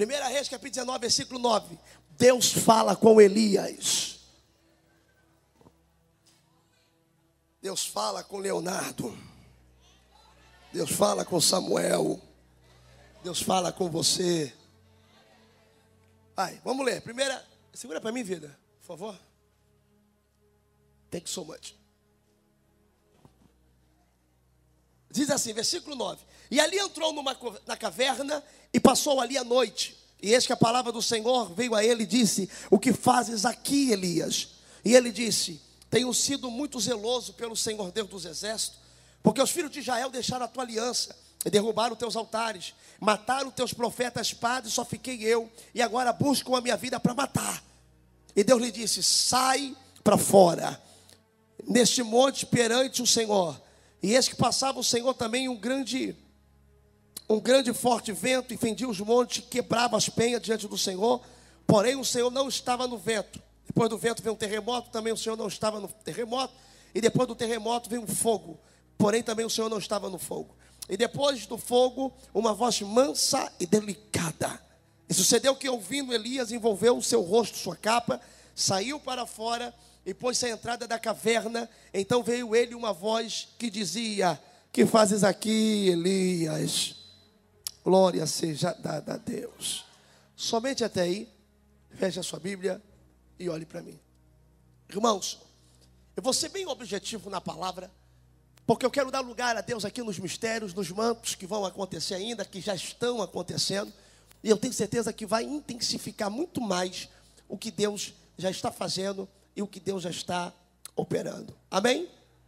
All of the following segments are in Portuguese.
1 Reis, capítulo 19, versículo 9. Deus fala com Elias. Deus fala com Leonardo. Deus fala com Samuel. Deus fala com você. Vai, vamos ler. Primeira, segura para mim, vida, por favor. Thank you so much. Diz assim, versículo 9. E ali entrou na caverna e passou ali a noite. E eis que a palavra do Senhor veio a ele e disse: o que fazes aqui, Elias? E ele disse: tenho sido muito zeloso pelo Senhor Deus dos exércitos, porque os filhos de Israel deixaram a tua aliança e derrubaram os teus altares, mataram os teus profetas à espada, e só fiquei eu, e agora buscam a minha vida para matar. E Deus lhe disse: sai para fora, neste monte perante o Senhor. E eis que passava o Senhor também um grande forte vento, e fendia os montes, quebrava as penhas diante do Senhor. Porém o Senhor não estava no vento. Depois do vento veio um terremoto, também o Senhor não estava no terremoto. E depois do terremoto veio um fogo, porém também o Senhor não estava no fogo. E depois do fogo, uma voz mansa e delicada. E sucedeu que, ouvindo, Elias envolveu o seu rosto, sua capa, saiu para fora e pôs-se à entrada da caverna. Então veio ele uma voz que dizia: que fazes aqui, Elias? Glória seja dada a Deus. Somente até aí. Feche a sua Bíblia e olhe para mim. Irmãos, eu vou ser bem objetivo na palavra, porque eu quero dar lugar a Deus aqui nos mistérios, nos mantos que vão acontecer ainda, que já estão acontecendo. E eu tenho certeza que vai intensificar muito mais o que Deus já está fazendo e o que Deus já está operando. Amém?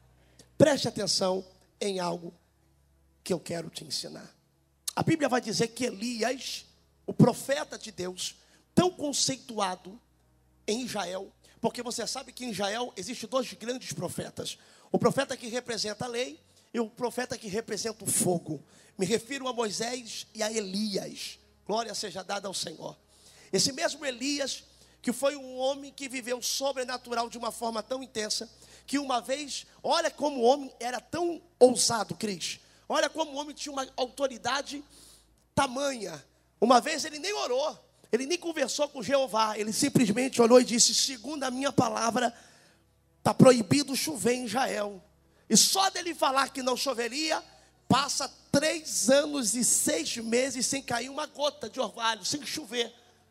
Preste atenção em algo que eu quero te ensinar. A Bíblia vai dizer que Elias, o profeta de Deus, tão conceituado em Israel, porque você sabe que em Israel existem dois grandes profetas: o profeta que representa a lei e o profeta que representa o fogo. Me refiro a Moisés e a Elias. Glória seja dada ao Senhor. Esse mesmo Elias, que foi um homem que viveu sobrenatural de uma forma tão intensa, que uma vez, olha como o homem era tão ousado, Cris. Olha como o homem tinha uma autoridade tamanha. Uma vez ele nem orou, ele nem conversou com Jeová, ele simplesmente olhou e disse: segundo a minha palavra, está proibido chover em Israel. E só dele falar que não choveria, passa 3 anos e 6 meses sem cair uma gota de orvalho, sem chover.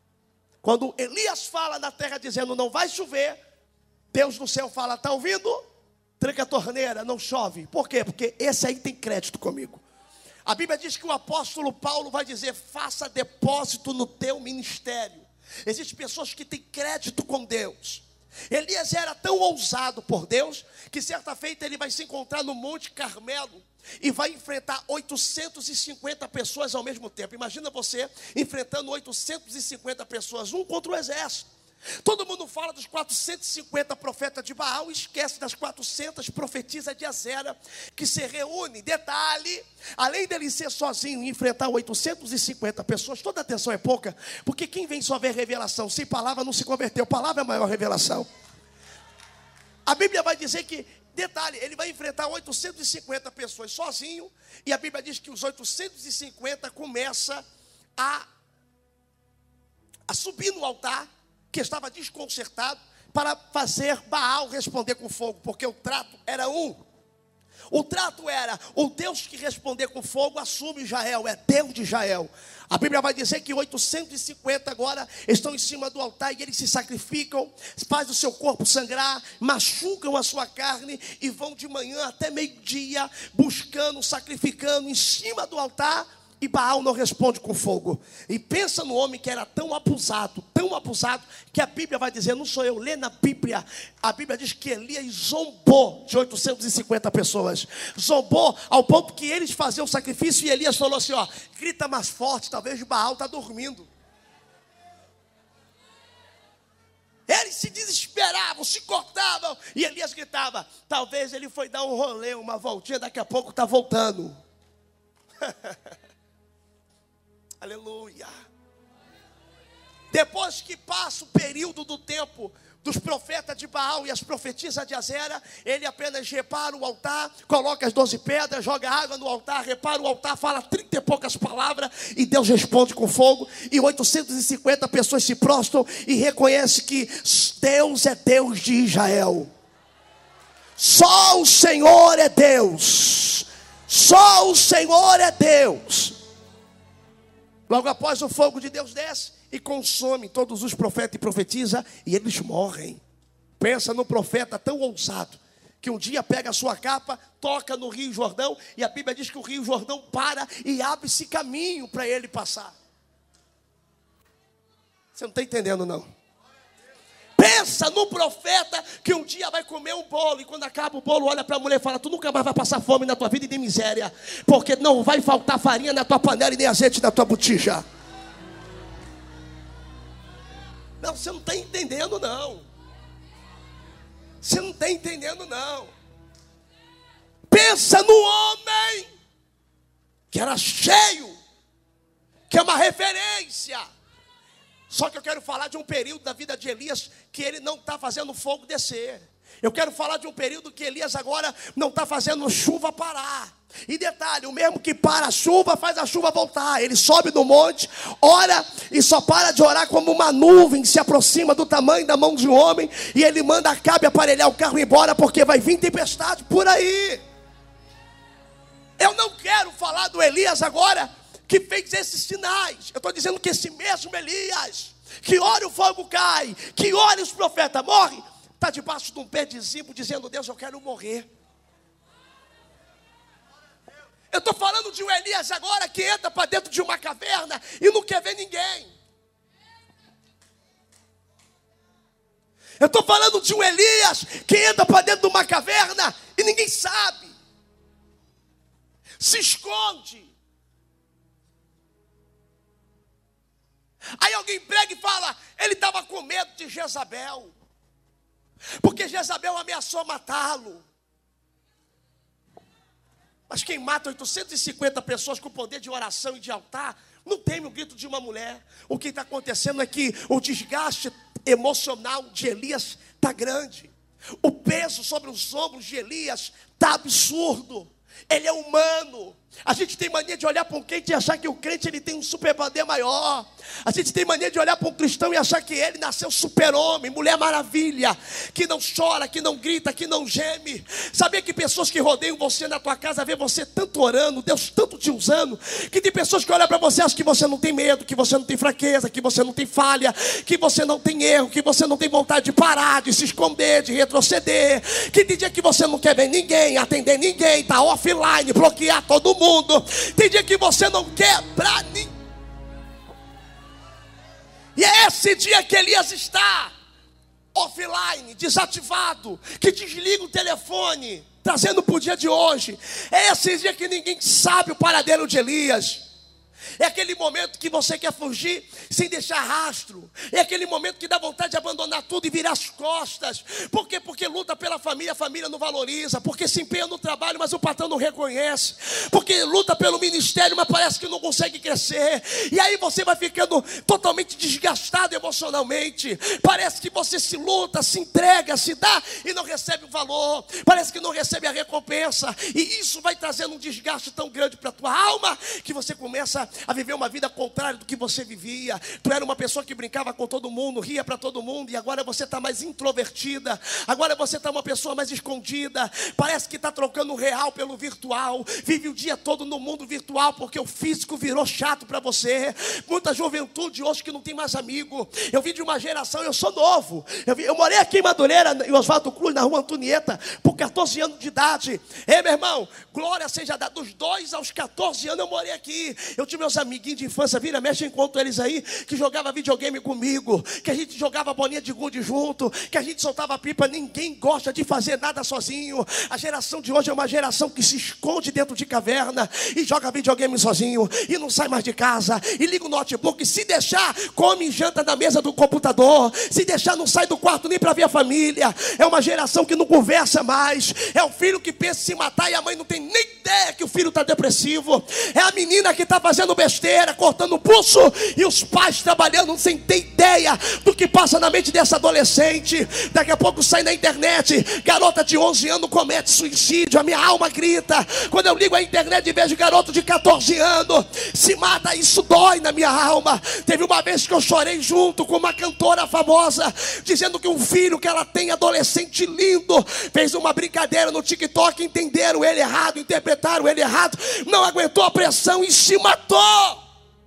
Quando Elias fala na terra dizendo não vai chover, Deus no céu fala: está ouvindo? Tranca a torneira, não chove. Por quê? Porque esse aí tem crédito comigo. A Bíblia diz que o apóstolo Paulo vai dizer: faça depósito no teu ministério. Existem pessoas que têm crédito com Deus. Elias era tão ousado por Deus, que certa feita ele vai se encontrar no Monte Carmelo e vai enfrentar 850 pessoas ao mesmo tempo. Imagina você enfrentando 850 pessoas, um contra o exército. Todo mundo fala dos 450 profetas de Baal e esquece das 400 profetisas de Azera, que se reúnem. Detalhe, além dele ser sozinho e enfrentar 850 pessoas, toda atenção é pouca, porque quem vem só ver revelação, sem palavra não se converteu. Palavra é a maior revelação. A Bíblia vai dizer que, detalhe, ele vai enfrentar 850 pessoas sozinho, e a Bíblia diz que os 850 começam a subir no altar, que estava desconcertado, para fazer Baal responder com fogo, porque o trato era um. O trato era: o Deus que responder com fogo assume Israel, é Deus de Israel. A Bíblia vai dizer que 850 agora estão em cima do altar e eles se sacrificam, fazem o seu corpo sangrar, machucam a sua carne e vão de manhã até meio-dia buscando, sacrificando em cima do altar. E Baal não responde com fogo. E pensa no homem que era tão abusado, que a Bíblia vai dizer, não sou eu, lê na Bíblia. A Bíblia diz que Elias zombou de 850 pessoas. Zombou ao ponto que eles faziam o sacrifício e Elias falou assim: ó, grita mais forte, talvez Baal está dormindo. Eles se desesperavam, se cortavam, e Elias gritava: talvez ele foi dar um rolê, uma voltinha, daqui a pouco está voltando. Aleluia. Depois que passa o período do tempo dos profetas de Baal e as profetisas de Azera, ele apenas repara o altar, coloca as 12 pedras, joga água no altar, repara o altar, fala 30 e poucas palavras, e Deus responde com fogo, e 850 pessoas se prostram e reconhecem que Deus é Deus de Israel. Só o Senhor é Deus. Só o Senhor é Deus. Logo após, o fogo de Deus desce e consome todos os profetas e profetisa, e eles morrem. Pensa no profeta tão ousado, que um dia pega a sua capa, toca no Rio Jordão, e a Bíblia diz que o Rio Jordão para e abre-se caminho para ele passar. Você não está entendendo, não? Pensa no profeta que um dia vai comer um bolo, e quando acaba o bolo, olha para a mulher e fala: tu nunca mais vai passar fome na tua vida e nem miséria, porque não vai faltar farinha na tua panela e nem azeite na tua botija. Não, você não está entendendo, não. Você não está entendendo, não. Pensa no homem que era cheio, que é uma referência. Só que eu quero falar de um período da vida de Elias que ele não está fazendo fogo descer. Eu quero falar de um período que Elias agora não está fazendo chuva parar. E detalhe, o mesmo que para a chuva, faz a chuva voltar. Ele sobe no monte, ora e só para de orar como uma nuvem se aproxima do tamanho da mão de um homem. E ele manda Acabe aparelhar o carro embora, porque vai vir tempestade por aí. Eu não quero falar do Elias agora que fez esses sinais. Eu estou dizendo que esse mesmo Elias, que ora o fogo cai, que ora os profetas morrem, está debaixo de um pé de zimbro dizendo: Deus, eu quero morrer. Eu estou falando de um Elias agora que entra para dentro de uma caverna e não quer ver ninguém. Eu estou falando de um Elias que entra para dentro de uma caverna e ninguém sabe. Se esconde. Aí alguém prega e fala: ele estava com medo de Jezabel, porque Jezabel ameaçou matá-lo. Mas quem mata 850 pessoas com poder de oração e de altar não teme o grito de uma mulher. O que está acontecendo é que o desgaste emocional de Elias está grande. O peso sobre os ombros de Elias está absurdo. Ele é humano. A gente tem mania de olhar para um crente e achar que o crente ele tem um superpoder maior. A gente tem mania de olhar para um cristão e achar que ele nasceu super-homem, mulher maravilha, que não chora, que não grita, que não geme. Sabia que pessoas que rodeiam você na tua casa, vê você tanto orando, Deus tanto te usando, que tem pessoas que olham para você e acham que você não tem medo, que você não tem fraqueza, que você não tem falha, que você não tem erro, que você não tem vontade de parar, de se esconder, de retroceder, que tem dia que você não quer ver ninguém, atender ninguém, está offline, bloquear todo mundo. Tem dia que você não quer para ninguém. E é esse dia que Elias está offline, desativado, que desliga o telefone, trazendo para o dia de hoje. É esse dia que ninguém sabe o paradeiro de Elias. É aquele momento que você quer fugir sem deixar rastro. É aquele momento que dá vontade de abandonar tudo e virar as costas. Por quê? Porque luta pela família, a família não valoriza. Porque se empenha no trabalho, mas o patrão não reconhece. Porque luta pelo ministério, mas parece que não consegue crescer. E aí você vai ficando totalmente desgastado emocionalmente. Parece que você se luta, se entrega, se dá e não recebe o valor. Parece que não recebe a recompensa. E isso vai trazendo um desgaste tão grande para a tua alma que você começa a viver uma vida contrária do que você vivia. Tu era uma pessoa que brincava com todo mundo, ria para todo mundo, e agora você está mais introvertida. Agora você está uma pessoa mais escondida. Parece que está trocando o real pelo virtual. Vive o dia todo no mundo virtual porque o físico virou chato para você. Muita juventude hoje que não tem mais amigo. Eu vim de uma geração, eu sou novo. Eu morei aqui em Madureira, em Oswaldo Cruz, na rua Antonieta, por 14 anos de idade. Meu irmão, glória seja dada. Dos 2 aos 14 anos eu morei aqui. Eu tive meus amiguinhos de infância, vira, mexe, encontro eles aí, que jogava videogame comigo, que a gente jogava bolinha de gude junto, que a gente soltava pipa. Ninguém gosta de fazer nada sozinho. A geração de hoje é uma geração que se esconde dentro de caverna e joga videogame sozinho, e não sai mais de casa, e liga o notebook, se deixar, come e janta na mesa do computador, se deixar, não sai do quarto nem para ver a família. É uma geração que não conversa mais. É o filho que pensa em se matar e a mãe não tem nem ideia que o filho está depressivo. É a menina que está fazendo besteira, enfermeira cortando o pulso e os pais trabalhando sem ter ideia do que passa na mente dessa adolescente. Daqui a pouco sai na internet, garota de 11 anos comete suicídio, a minha alma grita. Quando eu ligo a internet e vejo garoto de 14 anos se mata, isso dói na minha alma. Teve uma vez que eu chorei junto com uma cantora famosa, dizendo que um filho que ela tem, adolescente lindo, fez uma brincadeira no TikTok, entenderam ele errado, interpretaram ele errado, não aguentou a pressão e se matou.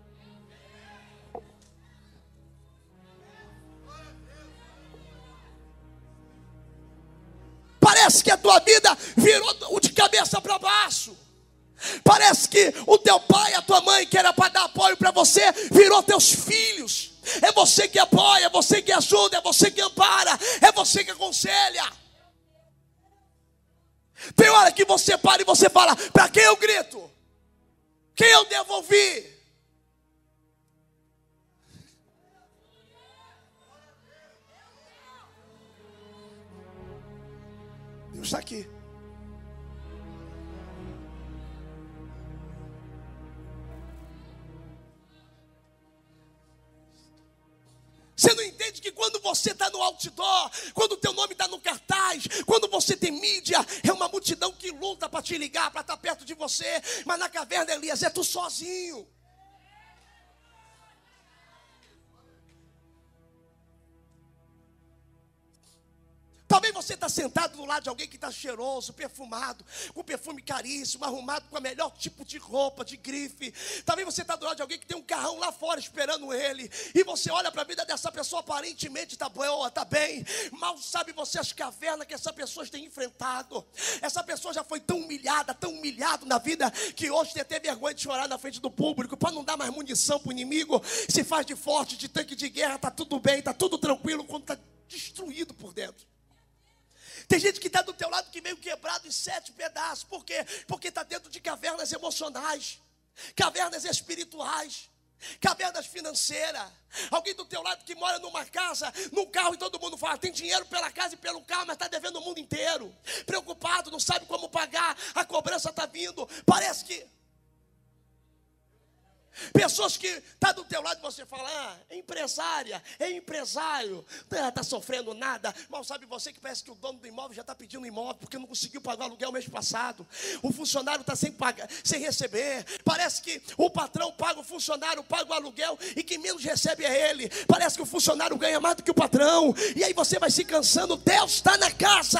Parece que a tua vida virou de cabeça para baixo. Parece que o teu pai, a tua mãe, que era para dar apoio para você, virou teus filhos. É você que apoia, é você que ajuda, é você que ampara, é você que aconselha. Tem hora que você para e você fala: para quem eu grito? Quem eu devo ouvir? Deus está aqui. Você não entende que quando você está no outdoor, quando o teu nome está no cartaz, quando você tem mídia, é uma multidão que luta para te ligar, para estar perto de você. Mas na caverna, Elias, é tu sozinho. Talvez você está sentado do lado de alguém que está cheiroso, perfumado, com perfume caríssimo, arrumado com o melhor tipo de roupa, de grife. Talvez você está do lado de alguém que tem um carrão lá fora esperando ele. E você olha para a vida dessa pessoa, aparentemente está boa, está bem. Mal sabe você as cavernas que essa pessoa tem enfrentado. Essa pessoa já foi tão humilhado na vida, que hoje tem até vergonha de chorar na frente do público, para não dar mais munição para o inimigo. Se faz de forte, de tanque de guerra, está tudo bem, está tudo tranquilo, quando está destruído por dentro. Tem gente que está do teu lado que veio quebrado em 7 pedaços. Por quê? Porque está dentro de cavernas emocionais, cavernas espirituais, cavernas financeiras. Alguém do teu lado que mora numa casa, num carro, e todo mundo fala: tem dinheiro pela casa e pelo carro, mas está devendo o mundo inteiro. Preocupado, não sabe como pagar, a cobrança está vindo. Parece que... Pessoas que estão do teu lado e você fala: é empresária, é empresário, não está sofrendo nada. Mal sabe você que parece que o dono do imóvel já está pedindo imóvel porque não conseguiu pagar o aluguel mês passado. O funcionário está sem pagar, sem receber. Parece que o patrão paga o funcionário, paga o aluguel, e quem menos recebe é ele. Parece que o funcionário ganha mais do que o patrão. E aí você vai se cansando. Deus está na casa.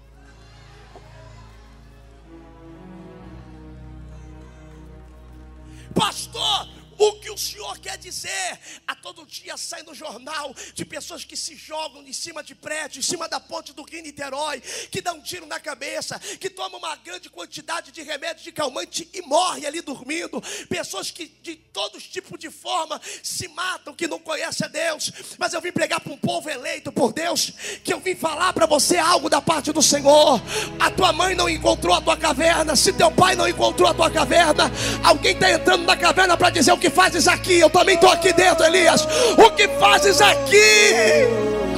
Pastor, o que o senhor quer dizer? A todo dia sai no jornal de pessoas que se jogam em cima de prédio, em cima da ponte do Rio Niterói, que dá um tiro na cabeça, que tomam uma grande quantidade de remédio de calmante e morrem ali dormindo. Pessoas que de todos tipos de forma se matam, que não conhecem a Deus. Mas eu vim pregar para um povo eleito por Deus, que eu vim falar para você algo da parte do Senhor. A tua mãe não encontrou a tua caverna, se teu pai não encontrou a tua caverna, alguém está entrando na caverna para dizer: o que fazes aqui? Eu também estou aqui dentro, Elias. O que fazes aqui?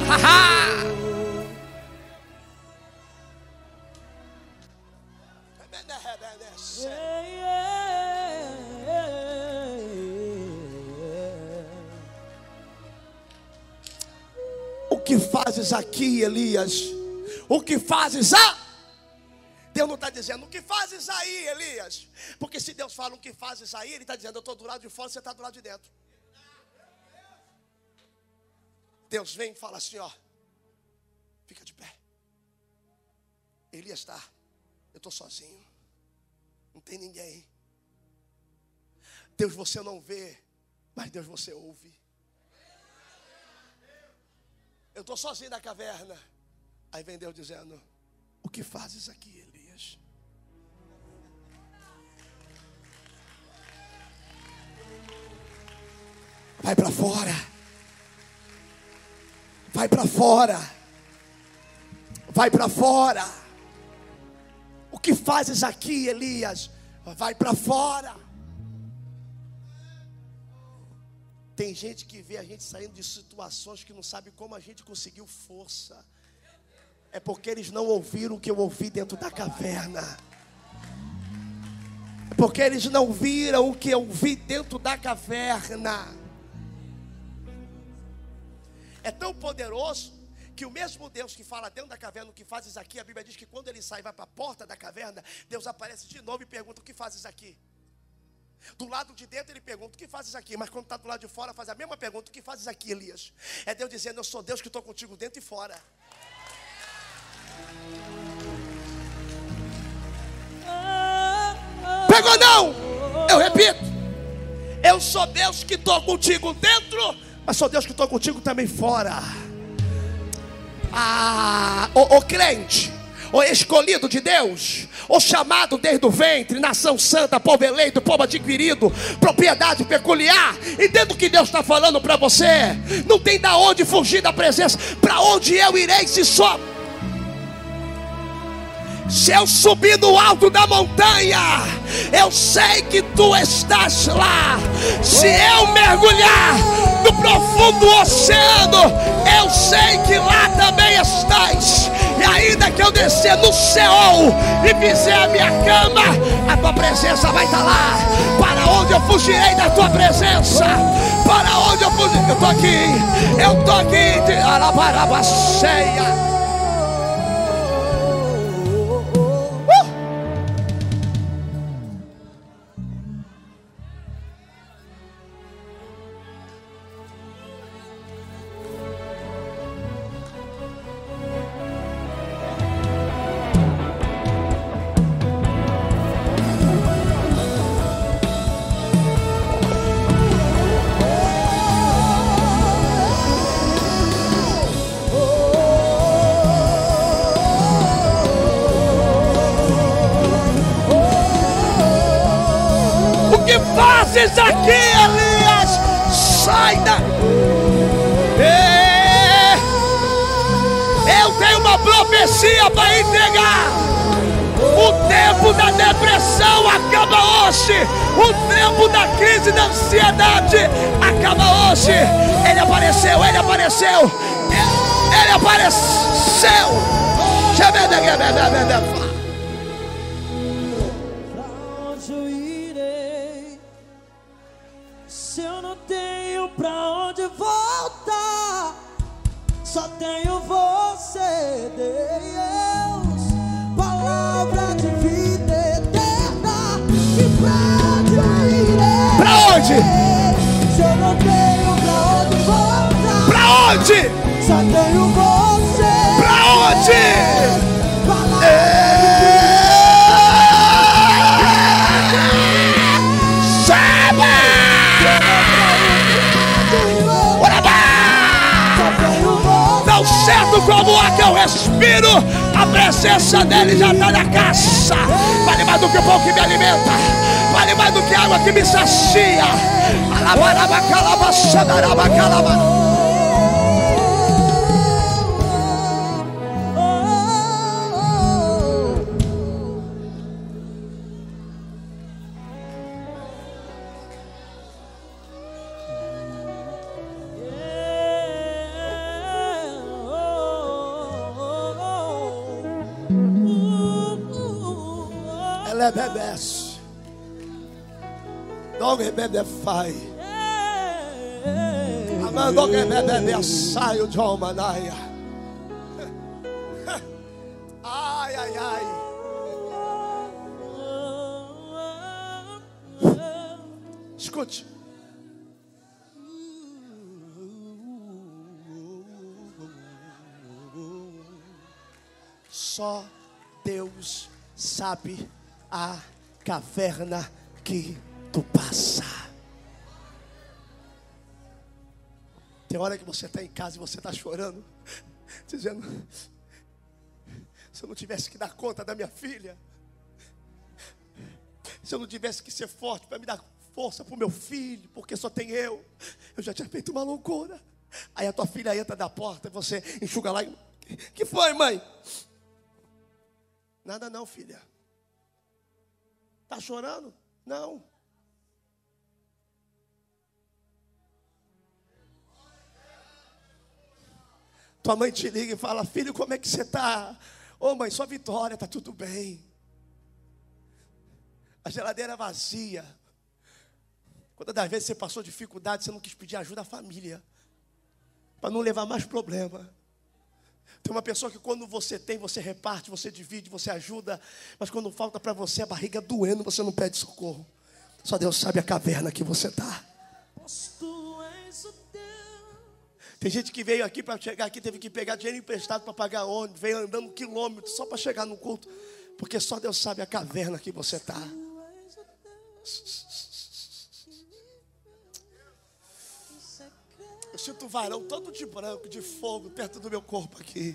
O que fazes aqui, Elias? O que fazes Deus não está dizendo: o que fazes aí, Elias? Porque se Deus fala: o que fazes aí, Ele está dizendo: eu estou do lado de fora, você está do lado de dentro. Deus vem e fala assim: ó, fica de pé. Elias está: eu estou sozinho, não tem ninguém. Deus você não vê, mas Deus você ouve. Eu estou sozinho na caverna. Aí vem Deus dizendo: o que fazes aqui, Elias? Vai para fora. Vai para fora. Vai para fora. O que fazes aqui, Elias? Vai para fora. Tem gente que vê a gente saindo de situações que não sabe como a gente conseguiu força. É porque eles não ouviram o que eu ouvi dentro da caverna. porque eles não viram o que eu vi dentro da caverna. É tão poderoso que o mesmo Deus que fala dentro da caverna, o que fazes aqui, a Bíblia diz que quando ele sai e vai para a porta da caverna, Deus aparece de novo e pergunta: o que fazes aqui? Do lado de dentro ele pergunta: o que fazes aqui? Mas quando está do lado de fora faz a mesma pergunta: o que fazes aqui, Elias? É Deus dizendo: eu sou Deus que estou contigo dentro e fora. Pegou não? Eu repito: eu sou Deus que estou contigo dentro, mas sou Deus que estou contigo também fora. O crente, o escolhido de Deus, o chamado desde o ventre, nação santa, povo eleito, povo adquirido, propriedade peculiar. Entenda o que Deus está falando para você. Não tem da onde fugir da presença. Para onde eu irei se eu subir no alto da montanha, eu sei que tu estás lá. Se eu mergulhar no profundo oceano, eu sei que lá também estás. E ainda que eu descer no céu e fizer a minha cama, a tua presença vai estar lá. Para onde eu fugirei da tua presença? Para onde eu fugirei? Eu estou aqui de Alabarabaceia. Fazes aqui, Elias? Sai da... Eu tenho uma profecia para entregar. O tempo da depressão acaba hoje. O tempo da crise da ansiedade acaba hoje. Ele apareceu. Ele apareceu. Se eu não tenho pra onde voltar, só tenho você, Deus. Palavra de vida eterna. E pra onde eu irei? Pra onde? Se eu não tenho pra onde voltar, pra onde? só tenho você. Pra onde? Tão certo como a que eu respiro, a presença dele já está na caixa. Vale mais do que o pão que me alimenta, vale mais do que a água que me sacia. Bebes, não bebe fai. Amando que bebe saio de Almanaia. Ai, ai, ai. Escute. Só Deus sabe a caverna que tu passa. Tem hora que você está em casa e você está chorando, dizendo: se eu não tivesse que dar conta da minha filha, se eu não tivesse que ser forte para me dar força para o meu filho, porque só tem eu já tinha feito uma loucura. Aí a tua filha entra da porta e você enxuga lá e... Que foi, mãe? Nada não, filha. Está chorando? Não. Tua mãe te liga e fala: filho, como é que você está? Ô mãe, sua Vitória, está tudo bem. A geladeira vazia. Quantas das vezes você passou dificuldade, você não quis pedir ajuda à família, para não levar mais problema. Tem uma pessoa que quando você tem, você reparte, você divide, você ajuda. Mas quando falta para você, a barriga doendo, você não pede socorro. Só Deus sabe a caverna que você está. Tem gente que veio aqui para chegar aqui, teve que pegar dinheiro emprestado para pagar ônibus, veio andando quilômetros só para chegar no culto. Porque só Deus sabe a caverna que você está. Eu sinto um varão todo de branco, de fogo, perto do meu corpo aqui.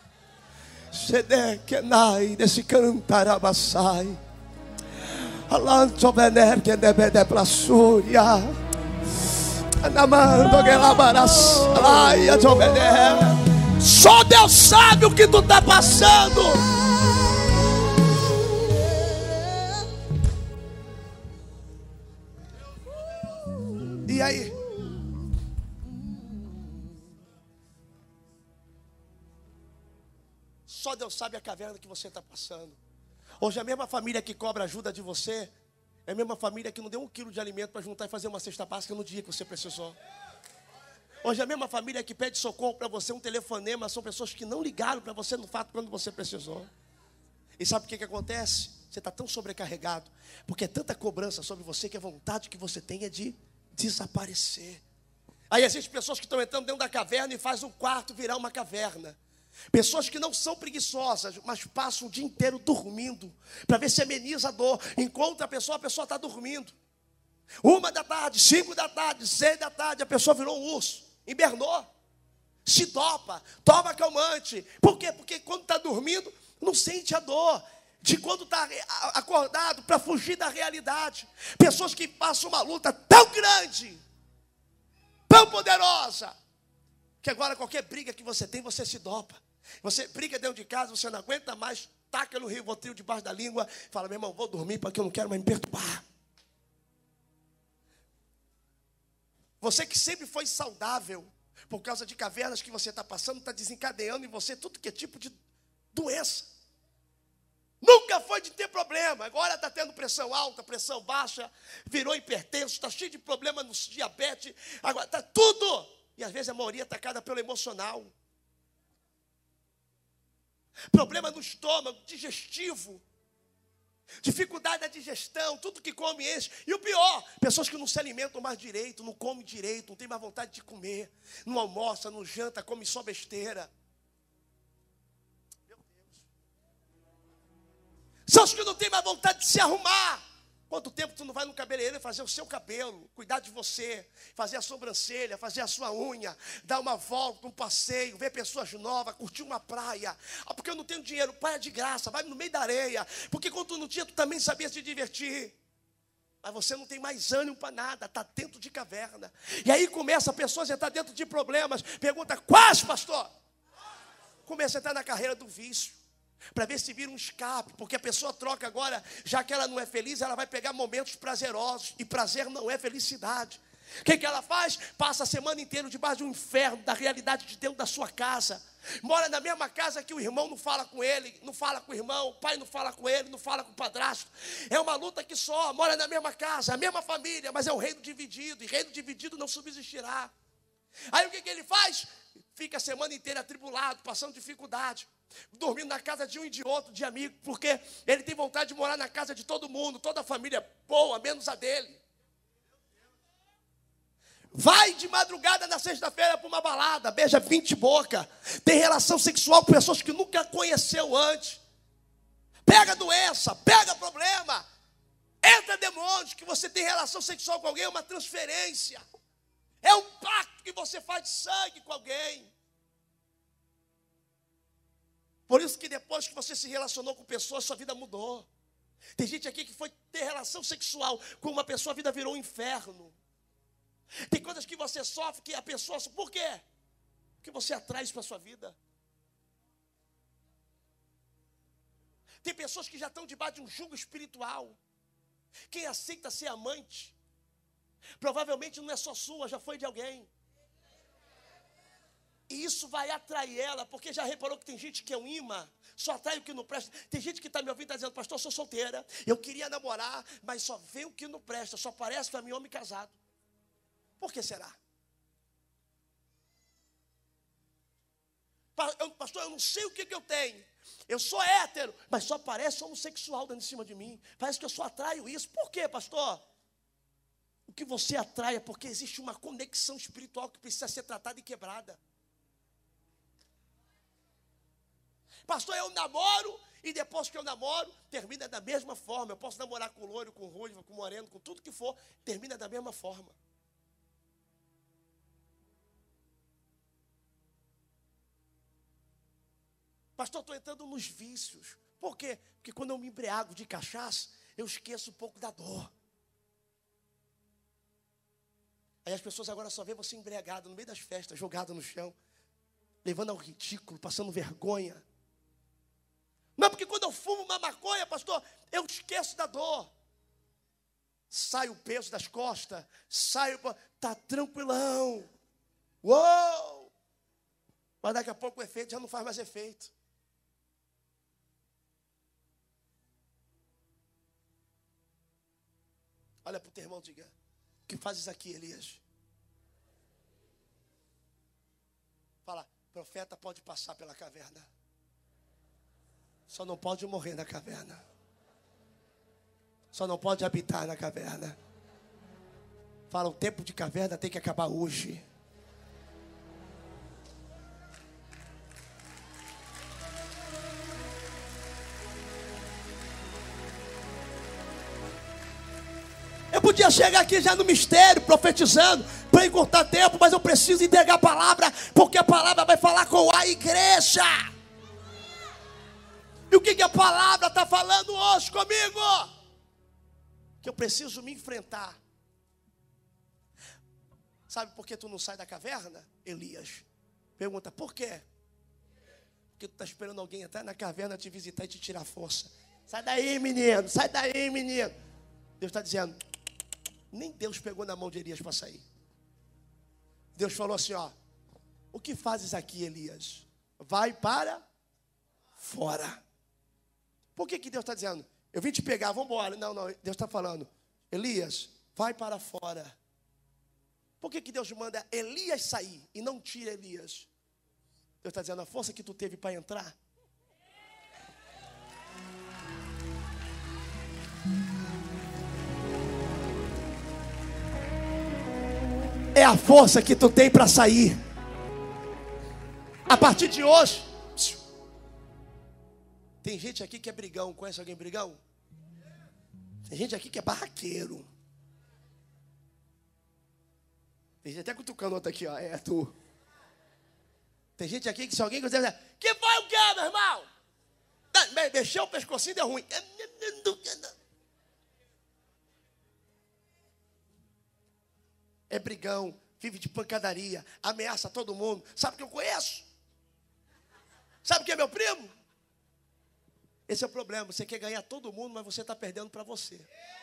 Sedekenai, desse cantarabassai. Alanto vener que debede plasúria. Anamando gelabaras. Ai, ajovener. Só Deus sabe o que tu está passando. E aí? Só Deus sabe a caverna que você está passando. Hoje a mesma família que cobra ajuda de você é a mesma família que não deu 1 quilo de alimento para juntar e fazer uma cesta básica no dia que você precisou. Hoje a mesma família que pede socorro para você, um telefonema, são pessoas que não ligaram para você no fato quando você precisou. E sabe o que acontece? Você está tão sobrecarregado, porque é tanta cobrança sobre você que a vontade que você tem é de desaparecer. Aí existem pessoas que estão entrando dentro da caverna e fazem o quarto virar uma caverna. Pessoas que não são preguiçosas, mas passam o dia inteiro dormindo, para ver se ameniza a dor. Encontra a pessoa está dormindo. 1 da tarde, 5 da tarde, 6 da tarde, a pessoa virou um urso, hibernou, se dopa, toma calmante. Por quê? Porque quando está dormindo, não sente a dor de quando está acordado, para fugir da realidade. Pessoas que passam uma luta tão grande, tão poderosa, que agora qualquer briga que você tem, você se dopa. Você briga dentro de casa, você não aguenta mais, taca no Rivotril debaixo da língua, fala, meu irmão, vou dormir porque eu não quero mais me perturbar. Você que sempre foi saudável, por causa de cavernas que você está passando, está desencadeando em você tudo que é tipo de doença. Nunca foi de ter problema, agora está tendo pressão alta, pressão baixa, virou hipertenso, está cheio de problema no diabetes, agora está tudo. E às vezes a maioria é atacada pelo emocional. Problema no estômago, digestivo. Dificuldade da digestão, tudo que come enche. E o pior, pessoas que não se alimentam mais direito, não comem direito, não tem mais vontade de comer. Não almoça, não janta, come só besteira. Meu Deus. São os que não têm mais vontade de se arrumar. Quanto tempo tu não vai no cabeleireiro fazer o seu cabelo, cuidar de você, fazer a sobrancelha, fazer a sua unha, dar uma volta, um passeio, ver pessoas novas, curtir uma praia. Ah, porque eu não tenho dinheiro, praia de graça, vai no meio da areia. Porque quando tu não tinha, tu também sabia se divertir. Mas você não tem mais ânimo para nada, está dentro de caverna. E aí começa a pessoa a entrar dentro de problemas. Pergunta, quais, pastor? Começa a entrar na carreira do vício. Para ver se vira um escape, porque a pessoa troca agora, já que ela não é feliz, ela vai pegar momentos prazerosos, e prazer não é felicidade. O que ela faz? Passa a semana inteira debaixo de um inferno, da realidade de dentro da sua casa. Mora na mesma casa que o irmão não fala com ele, não fala com o irmão, o pai não fala com ele, não fala com o padrasto. É uma luta que só, mora na mesma casa, a mesma família, mas é um reino dividido, e reino dividido não subsistirá. Aí o que ele faz? Fica a semana inteira atribulado, passando dificuldade, dormindo na casa de um e de outro, de amigo, porque ele tem vontade de morar na casa de todo mundo, toda a família boa, menos a dele. Vai de madrugada na sexta-feira para uma balada, beija 20 boca, tem relação sexual com pessoas que nunca conheceu antes, pega doença, pega problema, entra demônios, que você tem relação sexual com alguém, é uma transferência. É um pacto que você faz de sangue com alguém. Por isso que depois que você se relacionou com pessoas, sua vida mudou. Tem gente aqui que foi ter relação sexual com uma pessoa, a vida virou um inferno. Tem coisas que você sofre, que a pessoa... Por quê? Porque você atrai isso para a sua vida. Tem pessoas que já estão debaixo de um jugo espiritual. Quem aceita ser amante, provavelmente não é só sua, já foi de alguém. E isso vai atrair ela, porque já reparou que tem gente que é um imã, só atrai o que não presta. Tem gente que está me ouvindo e está dizendo, pastor, eu sou solteira, eu queria namorar, mas só vê o que não presta, só parece para mim homem casado. Por que será? Pastor, eu não sei o que eu tenho. Eu sou hétero, mas só parece homossexual dando em cima de mim. Parece que eu só atraio isso. Por quê, pastor? O que você atrai é porque existe uma conexão espiritual que precisa ser tratada e quebrada. Pastor, eu namoro e depois que eu namoro, termina da mesma forma. Eu posso namorar com loiro, com ruivo, com moreno, com tudo que for, termina da mesma forma. Pastor, estou entrando nos vícios. Por quê? Porque quando eu me embriago de cachaça, eu esqueço um pouco da dor. Aí as pessoas agora só veem você embriagado no meio das festas, jogado no chão, levando ao ridículo, passando vergonha. Não, porque quando eu fumo uma maconha, pastor, eu esqueço da dor. Sai o peso das costas, tá tranquilão. Uou! Mas daqui a pouco o efeito já não faz mais efeito. Olha para o teu irmão e diga, o que fazes aqui, Elias? Fala, profeta pode passar pela caverna. Só não pode morrer na caverna. Só não pode habitar na caverna. Fala, o tempo de caverna tem que acabar hoje. Eu podia chegar aqui já no mistério, profetizando, para encurtar tempo, mas eu preciso entregar a palavra, porque a palavra vai falar com a igreja. E o que a palavra está falando hoje comigo? Que eu preciso me enfrentar. Sabe por que tu não sai da caverna, Elias? Pergunta, por quê? Porque tu está esperando alguém entrar na caverna, te visitar e te tirar força. Sai daí, menino, sai daí, menino. Deus está dizendo, nem Deus pegou na mão de Elias para sair. Deus falou assim, ó, o que fazes aqui, Elias? Vai para fora. Por que Deus está dizendo, eu vim te pegar, vamos embora? Não, Deus está falando, Elias, vai para fora. Por que Deus manda Elias sair e não tira Elias? Deus está dizendo, a força que tu teve para entrar, é a força que tu tem para sair. A partir de hoje, tem gente aqui que é brigão. Conhece alguém brigão? Tem gente aqui que é barraqueiro. Tem gente até cutucando outro aqui, ó. É tu. Tem gente aqui que se alguém quiser dizer, que foi o quê, meu irmão? Mexeu o pescocinho, deu ruim. É brigão, vive de pancadaria, ameaça todo mundo. Sabe o que eu conheço? Sabe o que é meu primo? Esse é o problema, você quer ganhar todo mundo, mas você está perdendo para você.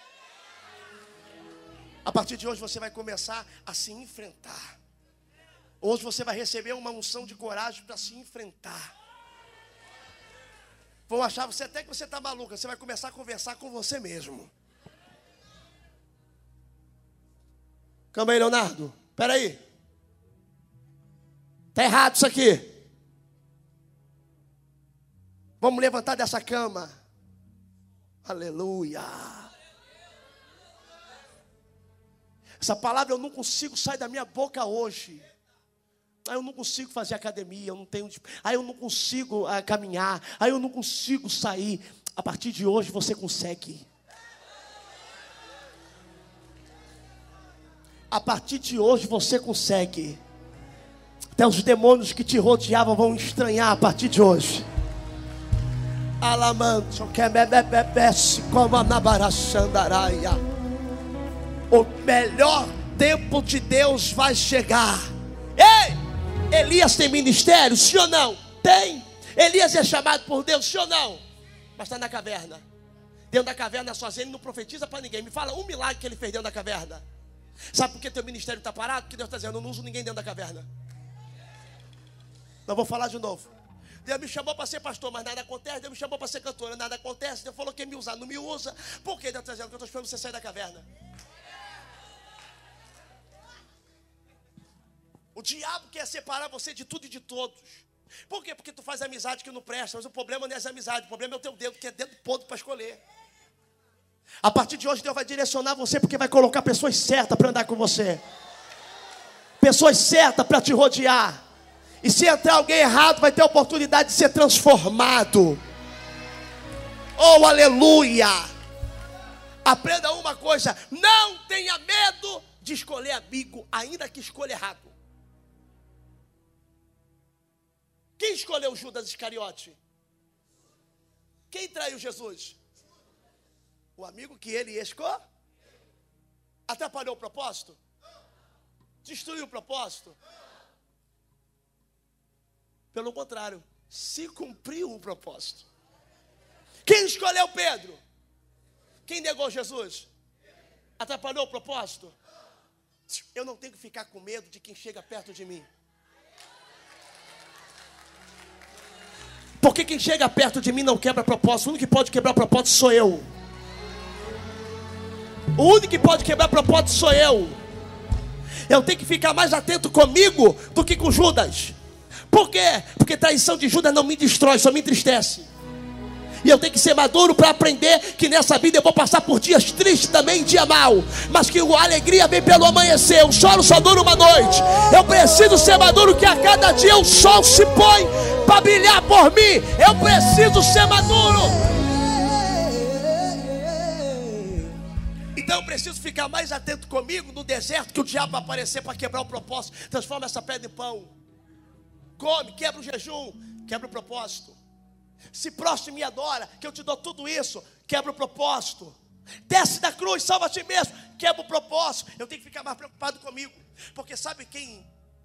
A partir de hoje você vai começar a se enfrentar. Hoje você vai receber uma unção de coragem para se enfrentar. Vão achar você até que você está maluca, você vai começar a conversar com você mesmo. Calma aí, Leonardo. Espera aí. Está errado isso aqui. Vamos levantar dessa cama. Aleluia. Essa palavra eu não consigo sair da minha boca hoje. Aí eu não consigo fazer academia, eu não tenho. Aí eu não consigo caminhar. Aí eu não consigo sair. A partir de hoje você consegue. A partir de hoje você consegue. Até os demônios que te rodeavam vão estranhar a partir de hoje. Alamancho que bebesse como a nabaraxandaraia. O melhor tempo de Deus vai chegar. Ei! Elias tem ministério, sim ou não? Tem. Elias é chamado por Deus, sim ou não? Mas está na caverna. Dentro da caverna sozinho, ele não profetiza para ninguém. Me fala um milagre que ele fez dentro da caverna. Sabe por que teu ministério está parado? Porque Deus está dizendo, eu não uso ninguém dentro da caverna. Não vou falar de novo. Deus me chamou para ser pastor, mas nada acontece. Deus me chamou para ser cantora, nada acontece. Deus falou que ia me usar, não me usa. Por que Deus está dizendo que eu estou esperando você sair da caverna? O diabo quer separar você de tudo e de todos. Por quê? Porque tu faz amizade que não presta. Mas o problema não é as amizades, o problema é o teu dedo, que é dedo podre para escolher. A partir de hoje Deus vai direcionar você, porque vai colocar pessoas certas para andar com você. Pessoas certas para te rodear. E se entrar alguém errado, vai ter a oportunidade de ser transformado. Oh, aleluia! Aprenda uma coisa: não tenha medo de escolher amigo, ainda que escolha errado. Quem escolheu Judas Iscariote? Quem traiu Jesus? O amigo que ele escolheu. Atrapalhou o propósito? Destruiu o propósito? Pelo contrário, se cumpriu o propósito. Quem escolheu Pedro? Quem negou Jesus? Atrapalhou o propósito? Eu não tenho que ficar com medo de quem chega perto de mim. Porque quem chega perto de mim não quebra propósito. O único que pode quebrar propósito sou eu. O único que pode quebrar propósito sou eu. Eu tenho que ficar mais atento comigo do que com Judas. Por quê? Porque traição de Judas não me destrói, só me entristece. E eu tenho que ser maduro para aprender que nessa vida eu vou passar por dias tristes também, dia mau, mas que a alegria vem pelo amanhecer. O choro só dura uma noite. Eu preciso ser maduro, que a cada dia o sol se põe para brilhar por mim. Eu preciso ser maduro. Então eu preciso ficar mais atento comigo no deserto, que o diabo vai aparecer para quebrar o propósito. Transforma essa pedra em pão. Come, quebra o jejum, quebra o propósito. Se prostre e me adora, que eu te dou tudo isso, quebra o propósito. Desce da cruz, salva a ti mesmo, quebra o propósito. Eu tenho que ficar mais preocupado comigo, porque sabe quem?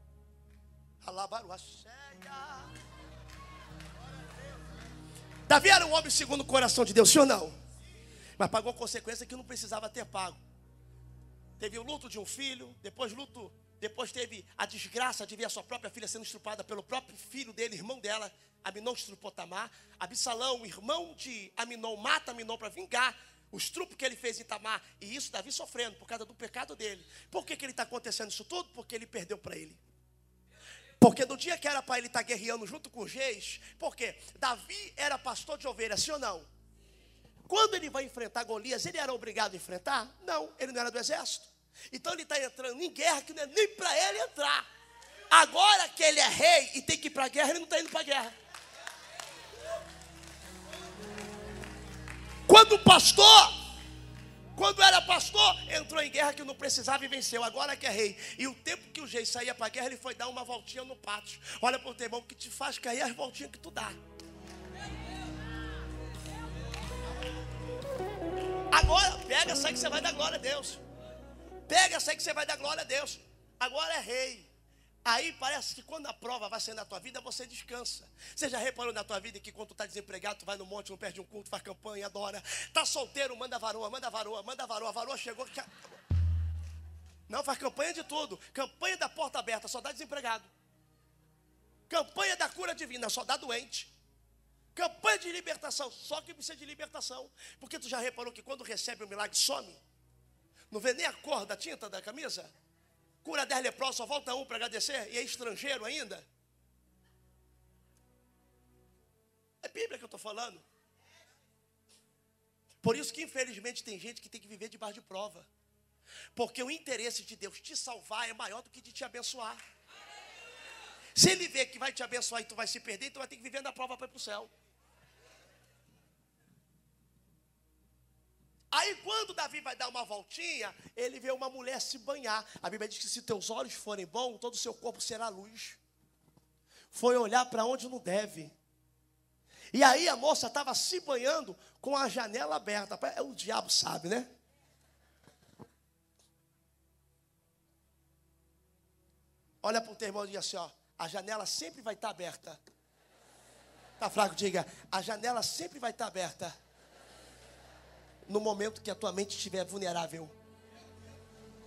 Davi era um homem segundo o coração de Deus, sim ou não? Mas pagou consequência que não precisava ter pago. Teve o luto de um filho, depois teve a desgraça de ver a sua própria filha sendo estrupada pelo próprio filho dele, irmão dela. Aminon estrupou Tamar. Absalão, irmão de Aminon, mata Aminon para vingar o estrupo que ele fez em Tamar. E isso Davi sofrendo por causa do pecado dele. Por que ele está acontecendo isso tudo? Porque ele perdeu para ele. Porque no dia que era para ele estar guerreando junto com os reis, porque Davi era pastor de ovelhas, sim ou não? Quando ele vai enfrentar Golias, ele era obrigado a enfrentar? Não, ele não era do exército. Então ele está entrando em guerra que não é nem para ele entrar. Agora que ele é rei e tem que ir para a guerra, ele não está indo para a guerra. Quando era pastor, entrou em guerra que não precisava e venceu. Agora que é rei. E o tempo que o rei saía para a guerra, ele foi dar uma voltinha no pátio. Olha para o teu irmão, que te faz cair as voltinhas que tu dá. Agora, pega essa aí que você vai dar glória a Deus. Pega essa aí que você vai dar glória a Deus. Agora é rei. Aí parece que quando a prova vai sair na tua vida, você descansa. Você já reparou na tua vida que quando tu está desempregado, tu vai no monte, não perde um culto, faz campanha, adora. Está solteiro, manda varoa, manda varoa, manda varoa. A varoa chegou. Não, faz campanha de tudo. Campanha da porta aberta, só dá desempregado. Campanha da cura divina, só dá doente. Campanha de libertação, só que precisa de libertação. Porque tu já reparou que quando recebe o milagre, some? Não vê nem a cor da tinta da camisa? Cura 10 leprosos, só volta um para agradecer, e é estrangeiro ainda. É Bíblia que eu estou falando. Por isso que infelizmente tem gente que tem que viver debaixo de prova. Porque o interesse de Deus te salvar é maior do que de te abençoar. Se ele vê que vai te abençoar e tu vai se perder, tu vai ter que viver na prova para ir para o céu. Aí quando Davi vai dar uma voltinha, ele vê uma mulher se banhar. A Bíblia diz que se teus olhos forem bons, todo o seu corpo será luz. Foi olhar para onde não deve. E aí a moça estava se banhando com a janela aberta. O diabo sabe, né? Olha para o teu irmão e diz assim, ó, a janela sempre vai estar aberta. Está fraco? Diga, a janela sempre vai estar aberta. No momento que a tua mente estiver vulnerável.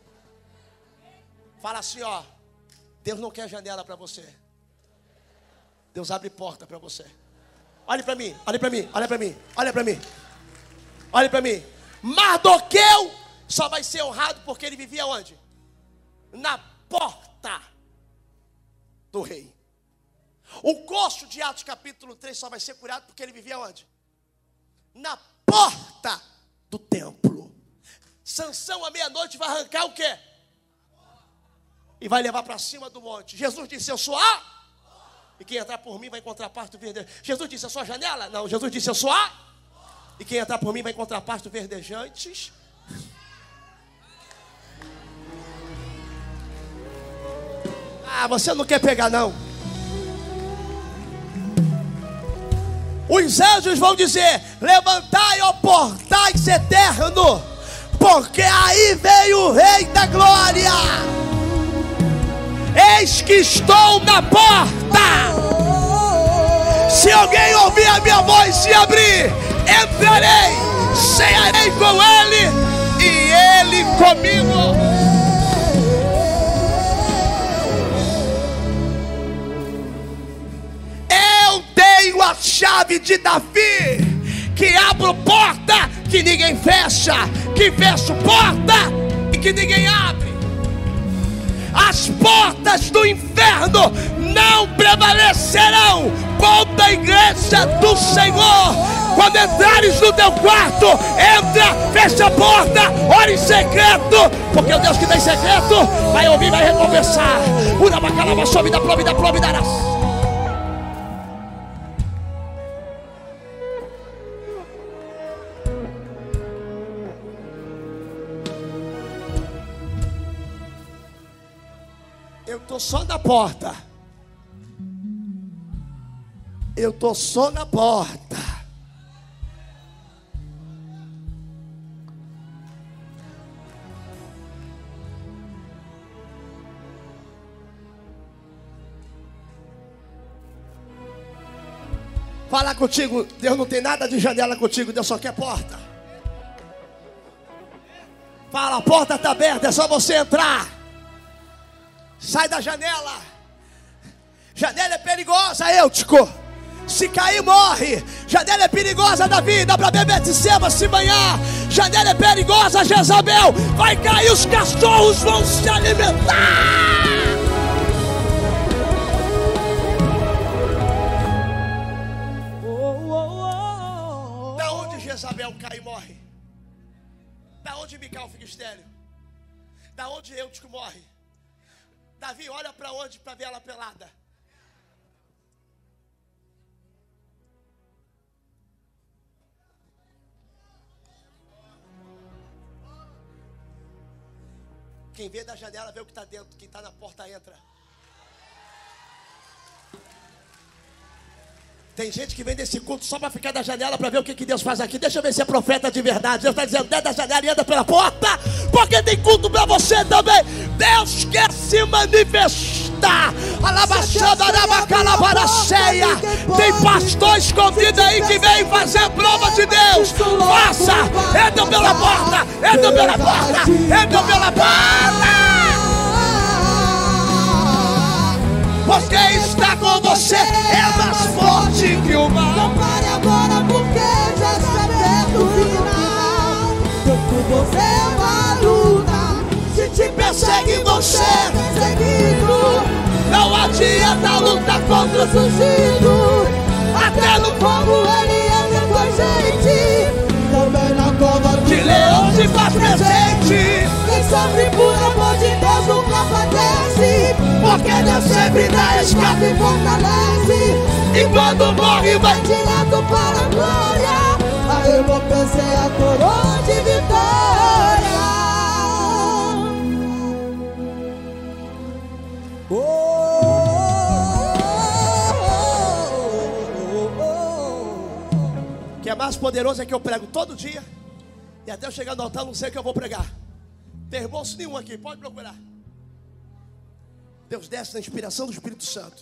Fala assim, ó, Deus não quer janela para você. Deus abre porta para você. Olhe para mim, olhe para mim, olhe para mim, olhe para mim. Olhe para mim. Mardoqueu só vai ser honrado porque ele vivia onde? Na porta do rei. O coxo de Atos capítulo 3 só vai ser curado porque ele vivia onde? Na porta do templo. Sansão à meia-noite vai arrancar o quê? E vai levar para cima do monte. Jesus disse, eu sou a... E quem entrar por mim vai encontrar pasto verdejante. Jesus disse, eu sou a janela? Não, Jesus disse, eu sou a... E quem entrar por mim vai encontrar pasto verdejantes. Ah, você não quer pegar não. Os anjos vão dizer, levantai, ó portais eterno, porque aí veio o Rei da Glória. Eis que estou na porta. Se alguém ouvir a minha voz e abrir, entrarei, cearei com ele e ele comigo. Eu tenho a chave de Davi, que abro porta que ninguém fecha, que fecho porta e que ninguém abre. As portas do inferno não prevalecerão contra a igreja do Senhor. Quando entrares no teu quarto, entra, fecha a porta, ora em secreto, porque o Deus que está em secreto vai ouvir, vai recompensar. Urabacalaba, sobe da prova, da prova e darás. Eu estou só na porta. Eu estou só na porta. Falar contigo, Deus não tem nada de janela contigo, Deus só quer porta. Fala, a porta está aberta, é só você entrar. Sai da janela. Janela é perigosa, Eutico. Se cair, morre. Janela é perigosa, Davi. Dá para beber de seba se banhar. Janela é perigosa, Jezabel. Vai cair, os cachorros vão se alimentar. Da onde Jezabel cai e morre? Da onde Mical fica estéril? Da onde Eutico morre? Davi olha para onde para ver ela pelada? Quem vê da janela vê o que está dentro, quem está na porta entra. Tem gente que vem desse culto só para ficar da janela para ver o que Deus faz aqui. Deixa eu ver se é profeta de verdade. Deus está dizendo, desce da janela e anda pela porta, porque tem culto para você também. Deus quer se manifestar. Alabaxada, alabacalabaraceia. Tem pastor escondido aí que vem fazer prova de Deus. Faça, entra pela porta, entra pela porta, entra pela porta. Porque está com você é mais forte que o mal. Não pare agora porque já está perto do final. Por você é uma luta. Se te persegue você é perseguido. Não adianta lutar contra Contra o surgido. Até no fogo ele anda com a gente. Também na cova de leão se faz presente. Quem sofre por amor de Deus nunca padece. Porque Deus sempre dá escape E fortalece. e quando morre vai Direto para a glória. A recompensa é a coroa de vitória. O que é mais poderoso é que eu prego todo dia. E até eu chegar no altar não sei o que eu vou pregar. Tem bolso nenhum aqui, pode procurar. Deus desce na inspiração do Espírito Santo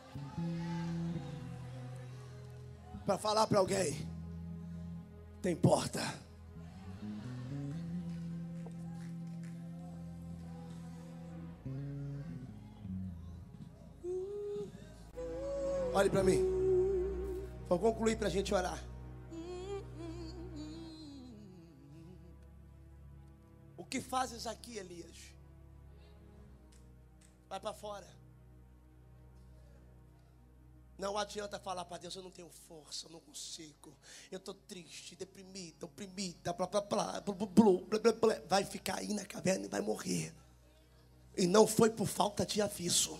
para falar para alguém: tem porta. Olhe para mim. Vou concluir para a gente orar. O que fazes aqui, Elias? Vai para fora. Não adianta falar para Deus: eu não tenho força, eu não consigo, eu estou triste, deprimida, oprimida, blá, blá, blá, blá, blá, blá, blá. Vai ficar aí na caverna e vai morrer. E não foi por falta de aviso.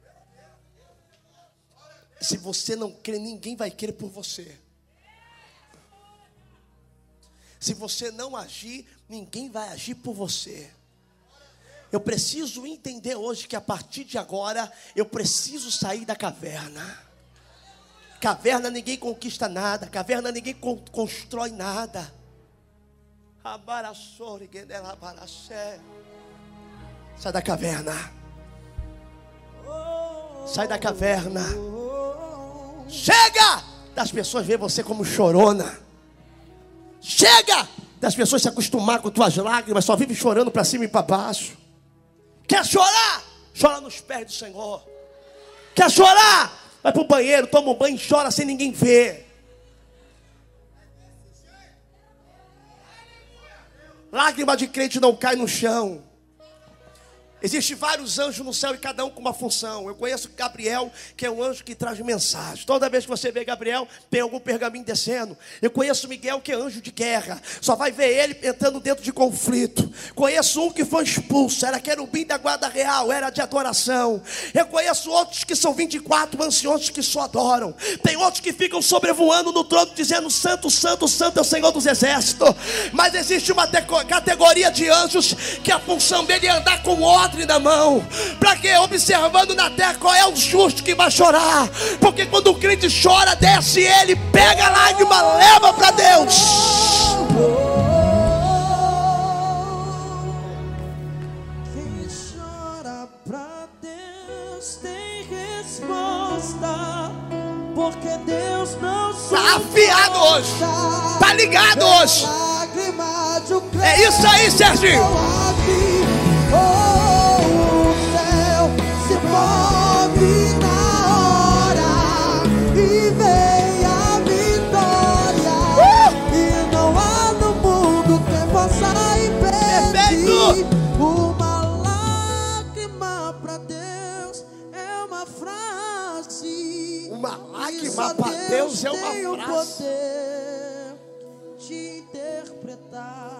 Se você não crê, ninguém vai crer por você. Se você não agir, ninguém vai agir por você. Eu preciso entender hoje que a partir de agora eu preciso sair da caverna. Caverna ninguém conquista nada. Caverna ninguém constrói nada. Sai da caverna. Sai da caverna. Chega das pessoas ver você como chorona. Chega das pessoas se acostumar com tuas lágrimas. Só vive chorando para cima e para baixo. Quer chorar? Chora nos pés do Senhor. Quer chorar? Vai para o banheiro, toma um banho e chora sem ninguém ver. Lágrima de crente não cai no chão. Existem vários anjos no céu e cada um com uma função. Eu conheço Gabriel, que é um anjo que traz mensagem. Toda vez que você vê Gabriel, tem algum pergaminho descendo. Eu conheço Miguel, que é anjo de guerra. Só vai ver ele entrando dentro de conflito. Conheço um que foi expulso, era querubim da guarda real, era de adoração. Eu conheço outros que são 24 anciões que só adoram. Tem outros que ficam sobrevoando no trono dizendo: santo, santo, santo é o Senhor dos exércitos. Mas existe uma categoria de anjos que a função dele é andar com ordem na mão, para que observando na terra qual é o justo que vai chorar, porque quando o crente chora, desce ele, pega a lágrima, leva para Deus. Quem chora para Deus tem resposta, porque Deus não tá afiado hoje, tá ligado hoje. É isso aí, Serginho. O céu se move na hora e vem a vitória. E não há no mundo quem possa impedir. Uma lágrima para Deus é uma frase. Uma lágrima para Deus é uma frase. O poder de interpretar.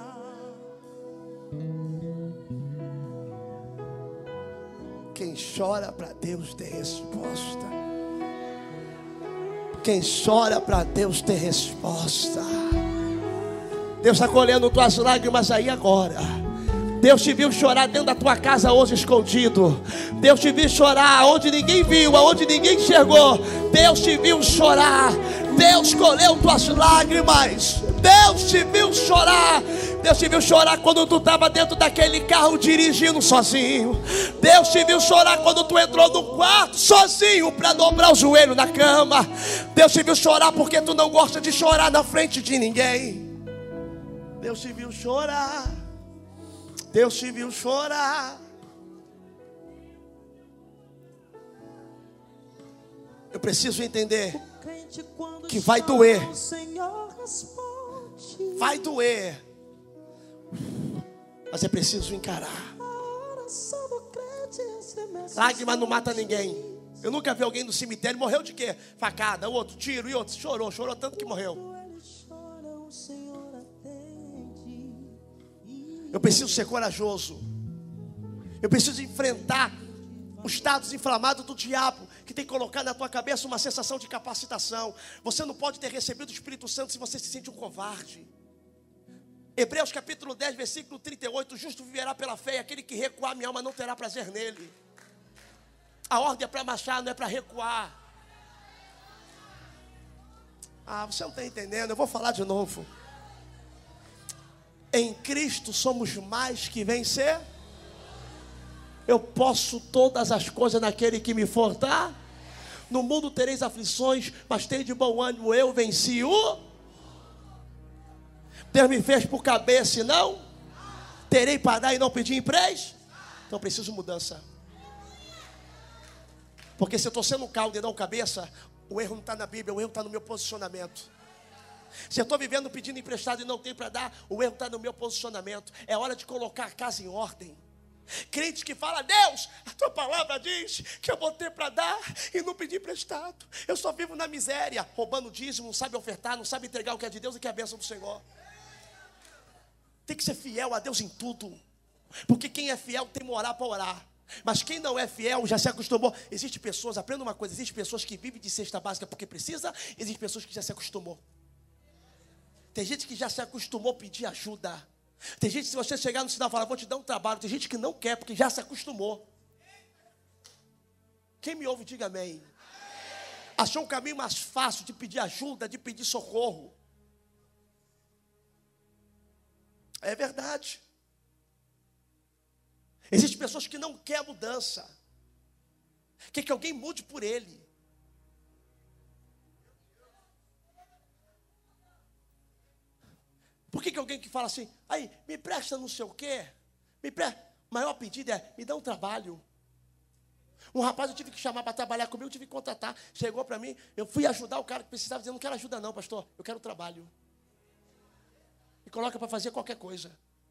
Quem chora para Deus tem resposta. Quem chora para Deus tem resposta. Deus está colhendo tuas lágrimas aí agora. Deus te viu chorar dentro da tua casa hoje escondido. Deus te viu chorar onde ninguém viu, aonde ninguém enxergou. Deus te viu chorar. Deus colheu tuas lágrimas. Deus te viu chorar. Deus te viu chorar quando tu estava dentro daquele carro dirigindo sozinho. Deus te viu chorar quando tu entrou no quarto sozinho para dobrar o joelho na cama. Deus te viu chorar porque tu não gosta de chorar na frente de ninguém. Deus te viu chorar. Deus te viu chorar. Eu preciso entender que vai doer. Vai doer. Mas é preciso encarar. Lágrima não mata ninguém. Eu nunca vi alguém no cemitério, morreu de quê? Facada, outro tiro e outro. Chorou tanto que morreu. Eu preciso ser corajoso. Eu preciso enfrentar os dados inflamados do diabo, que tem colocado na tua cabeça uma sensação de capacitação. Você não pode ter recebido o Espírito Santo se você se sente um covarde. Hebreus capítulo 10, versículo 38. O justo viverá pela fé, e aquele que recuar, minha alma não terá prazer nele. A ordem é para marchar, não é para recuar. Você não está entendendo, eu vou falar de novo. Em Cristo somos mais que vencer. Eu posso todas as coisas naquele que me fortalece. No mundo tereis aflições, mas tem de bom ânimo, eu venci o... Deus me fez por cabeça e não terei para dar e não pedir empréstimo. Então preciso mudança. Porque se eu estou sendo caldo e não cabeça, O erro não está na Bíblia, o erro está no meu posicionamento. Se eu estou vivendo pedindo emprestado e não tenho para dar, o erro está no meu posicionamento. É hora de colocar a casa em ordem. Crente que fala: Deus, a tua palavra diz que eu vou ter para dar e não pedir emprestado. Eu só vivo na miséria, roubando dízimo, não sabe ofertar, não sabe entregar o que é de Deus e que é a bênção do Senhor. Tem que ser fiel a Deus em tudo, porque quem é fiel tem moral para orar. Mas quem não é fiel já se acostumou. Existem pessoas, aprenda uma coisa: existem pessoas que vivem de cesta básica porque precisa, existem pessoas que já se acostumou. Tem gente que já se acostumou a pedir ajuda. Tem gente, se você chegar no sinal e falar: vou te dar um trabalho, tem gente que não quer porque já se acostumou. Quem me ouve, diga amém. Achou um caminho mais fácil de pedir ajuda, de pedir socorro. É verdade. Existem pessoas que não querem mudança, quer que alguém mude por ele. Por que alguém que fala assim: aí, me presta não sei o quê, me presta, o maior pedido é: me dá um trabalho. Um rapaz eu tive que chamar para trabalhar comigo, eu tive que contratar. Chegou para mim, eu fui ajudar o cara que precisava, dizendo: não quero ajuda não, pastor, eu quero trabalho. Me coloca para fazer qualquer coisa.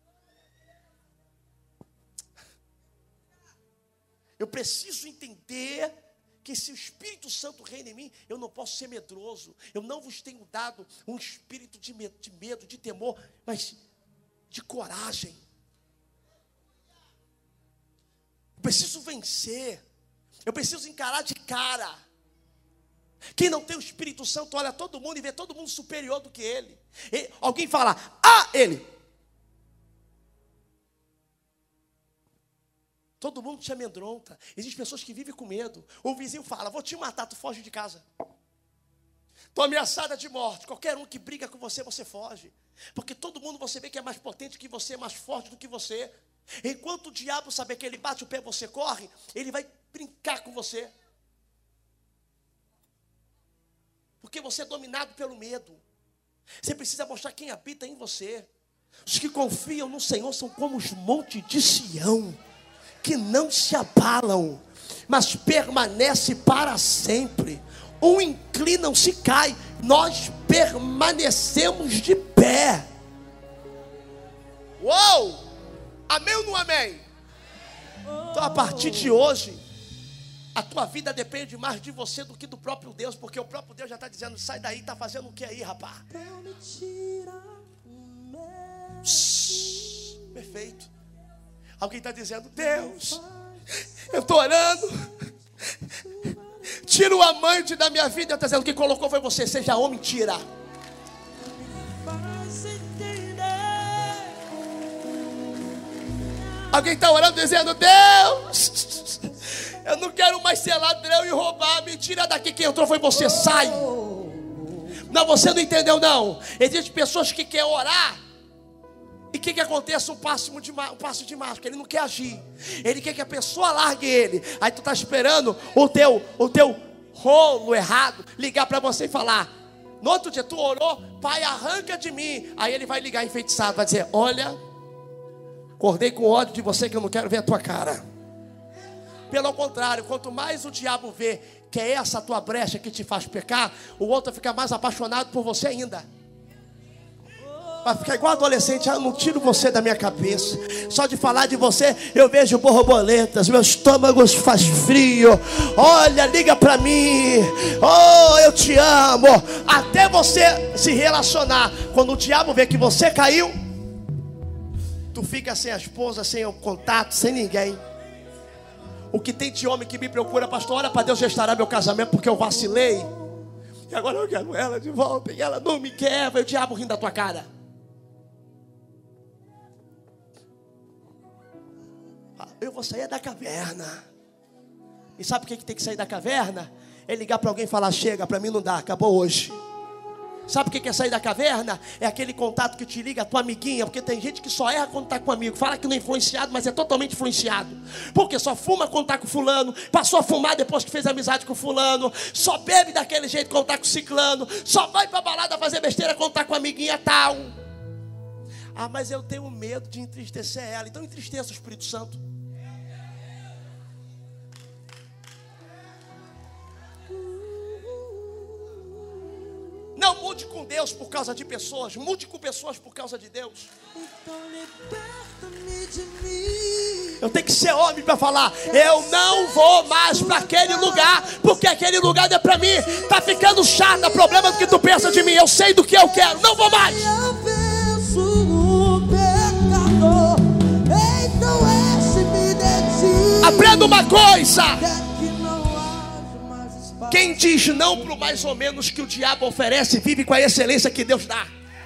Eu preciso entender que se o Espírito Santo reina em mim, eu não posso ser medroso. Eu não vos tenho dado um espírito de medo, de temor, mas de coragem. Eu preciso vencer. Eu preciso encarar de cara. Quem não tem o Espírito Santo olha todo mundo e vê todo mundo superior do que ele. Alguém fala: ah, ele. Todo mundo te amedronta. Existem pessoas que vivem com medo. O vizinho fala: vou te matar, tu foge de casa. Estou ameaçada de morte. Qualquer um que briga com você, você foge. Porque todo mundo você vê que é mais potente que você, é mais forte do que você. Enquanto o diabo saber que ele bate o pé e você corre, ele vai brincar com você. Porque você é dominado pelo medo. Você precisa mostrar quem habita em você. Os que confiam no Senhor são como os montes de Sião, que não se abalam, mas permanece para sempre. Um inclina, um se cai, nós permanecemos de pé. Uou! Amém ou não amém? Então, a partir de hoje, a tua vida depende mais de você do que do próprio Deus, porque o próprio Deus já está dizendo: sai daí, está fazendo o que aí, rapaz? Perfeito. Alguém está dizendo: Deus, eu estou orando, tira o amante da minha vida. Eu estou dizendo: o que colocou foi você. Seja homem, tira. Alguém está orando dizendo: Deus, eu não quero mais ser ladrão e roubar. Me tira daqui. Quem entrou foi você. Sai. Não, você não entendeu não. Existem pessoas que querem orar e que acontece? Um passo de mágica. Ele não quer agir. Ele quer que a pessoa largue ele. Aí tu está esperando o teu rolo errado ligar para você e falar: no outro dia tu orou, pai, arranca de mim. Aí ele vai ligar enfeitiçado, vai dizer: olha, acordei com ódio de você que eu não quero ver a tua cara. Pelo contrário, quanto mais o diabo vê que é essa a tua brecha que te faz pecar, o outro fica mais apaixonado por você ainda. Vai ficar igual adolescente: eu não tiro você da minha cabeça. Só de falar de você eu vejo borboletas, meu estômago faz frio. Olha, liga pra mim. Oh, eu te amo. Até você se relacionar. Quando o diabo vê que você caiu, tu fica sem a esposa, sem o contato, sem ninguém. O que tem de homem que me procura: pastor, ora para Deus restaurar meu casamento porque eu vacilei e agora eu quero ela de volta e ela não me quer. Vai o diabo rindo da tua cara. Eu vou sair da caverna. E sabe o que tem que sair da caverna? É ligar para alguém e falar: chega, para mim não dá, acabou hoje. Sabe o que é sair da caverna? É aquele contato que te liga a tua amiguinha. Porque tem gente que só erra quando está com um amigo. Fala que não é influenciado, mas é totalmente influenciado. Porque só fuma quando está com fulano, passou a fumar depois que fez amizade com fulano, só bebe daquele jeito quando está com ciclano, só vai para balada fazer besteira quando está com a amiguinha tal. Ah, mas eu tenho medo de entristecer ela. Então entristeça o Espírito Santo. mude com Deus por causa de pessoas. Mude com pessoas por causa de Deus. Então liberta-me de mim. Eu tenho que ser homem para falar: eu não vou mais para aquele lugar, porque aquele lugar não é para mim. Tá ficando chato, é problema do que tu pensa de mim. Eu sei do que eu quero, não vou mais. Eu venço o pecador, então esse me dedica. Aprenda uma coisa: Que não haja mais espaço. quem diz não pro mais ou menos que o diabo oferece, vive com a excelência que Deus dá.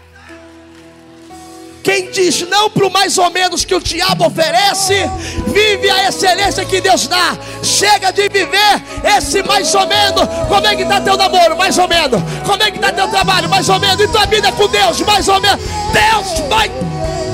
Quem diz não pro mais ou menos que o diabo oferece, vive a excelência que Deus dá. Chega de viver esse mais ou menos. Como é que está teu namoro? Mais ou menos. Como é que está teu trabalho? Mais ou menos. E tua vida com Deus? Mais ou menos. Deus vai